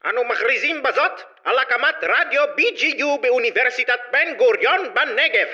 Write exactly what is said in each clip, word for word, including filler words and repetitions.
אנו מכריזים בזאת על הקמת רדיו בי ג'י יו באוניברסיטת בן גוריון בנגב.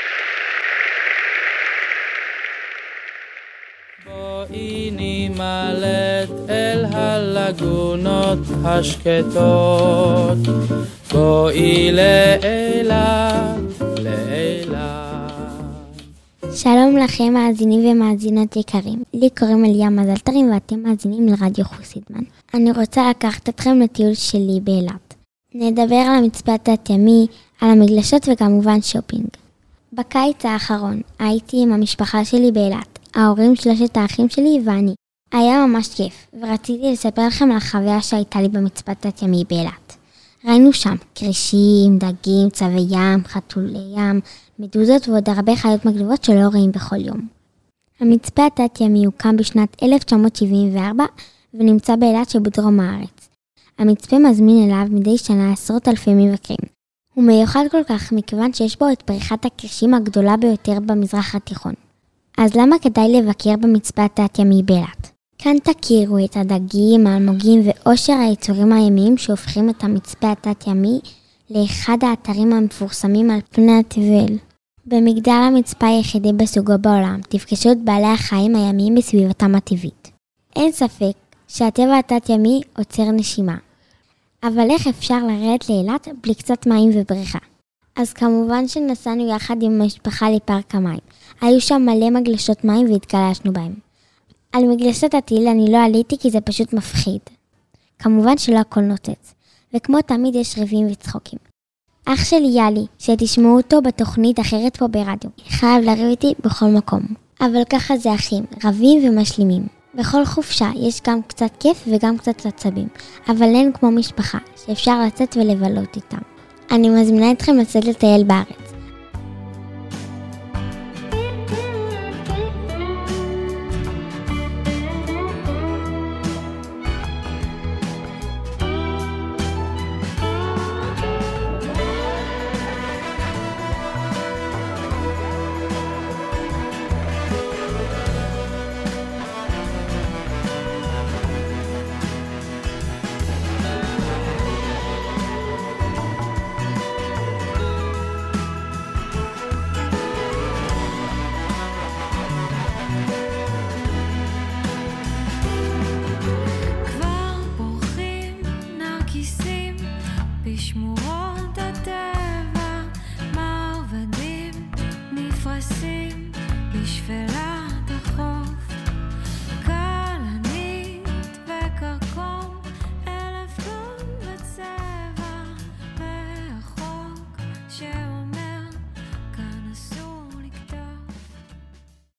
בואי נמלט אל הלגונות השקטות, בואי לאילת, לאילת. שלום לכם מאזינים ומאזינות יקרים, לי קוראים אליה מזלטרים ואתם מאזינים לרדיו חוסידמן. אני רוצה לקחת אתכם לטיול שלי באילת. נדבר על המצפה התת-ימי, על המגלשות וכמובן שופינג. בקיץ האחרון הייתי עם המשפחה שלי באילת, ההורים, שלושת האחים שלי ואני. היה ממש כיף, ורציתי לספר לכם על החוויה שהייתה לי במצפה התת-ימי באילת. ראינו שם קרישים, דגים, צבי ים, חתולי ים, מדוזות ועוד הרבה חיות מגניבות שלא רואים בכל יום. המצפה התת-ימי הוקם בשנת אלף תשע מאות שבעים וארבע ונמצא באילת שבדרום הארץ. המצפה מזמין אליו מדי שנה עשרות אלפי מבקרים. הוא מיוחד כל כך מכיוון שיש בו את פריחת הקרישים הגדולה ביותר במזרח התיכון. אז למה כדאי לבקר במצפה התת-ימי באילת? כאן תכירו את הדגים, האלמוגים ועושר היצורים הימיים שהופכים את המצפה התת-ימי לאחד האתרים המפורסמים על פני התבל. במגדל המצפה היחידי בסוגו בעולם תפגשו את בעלי החיים הימיים בסביבתם הטבעית. אין ספק שהטבע התת-ימי עוצר נשימה. אבל איך אפשר לרדת לאילת בלי קצת מים ובריכה? אז כמובן שנסענו יחד עם המשפחה לפארק המים. היו שם מלא מגלשות מים והתגלשנו בהם. על מגלשת הטיל אני לא עליתי כי זה פשוט מפחיד. כמובן שלא הכל נוצץ. וכמו תמיד יש ריבים וצחוקים. אח שלי יאלי, שתשמעו אותו בתוכנית אחרת פה ברדיו, חייב לריב איתי בכל מקום. אבל ככה זה אחים, רבים ומשלימים. בכל חופשה יש גם קצת כיף וגם קצת עצבים, אבל אין כמו משפחה שאפשר לצאת ולבלות איתם. אני מזמינה אתכם לצאת לטייל בארץ.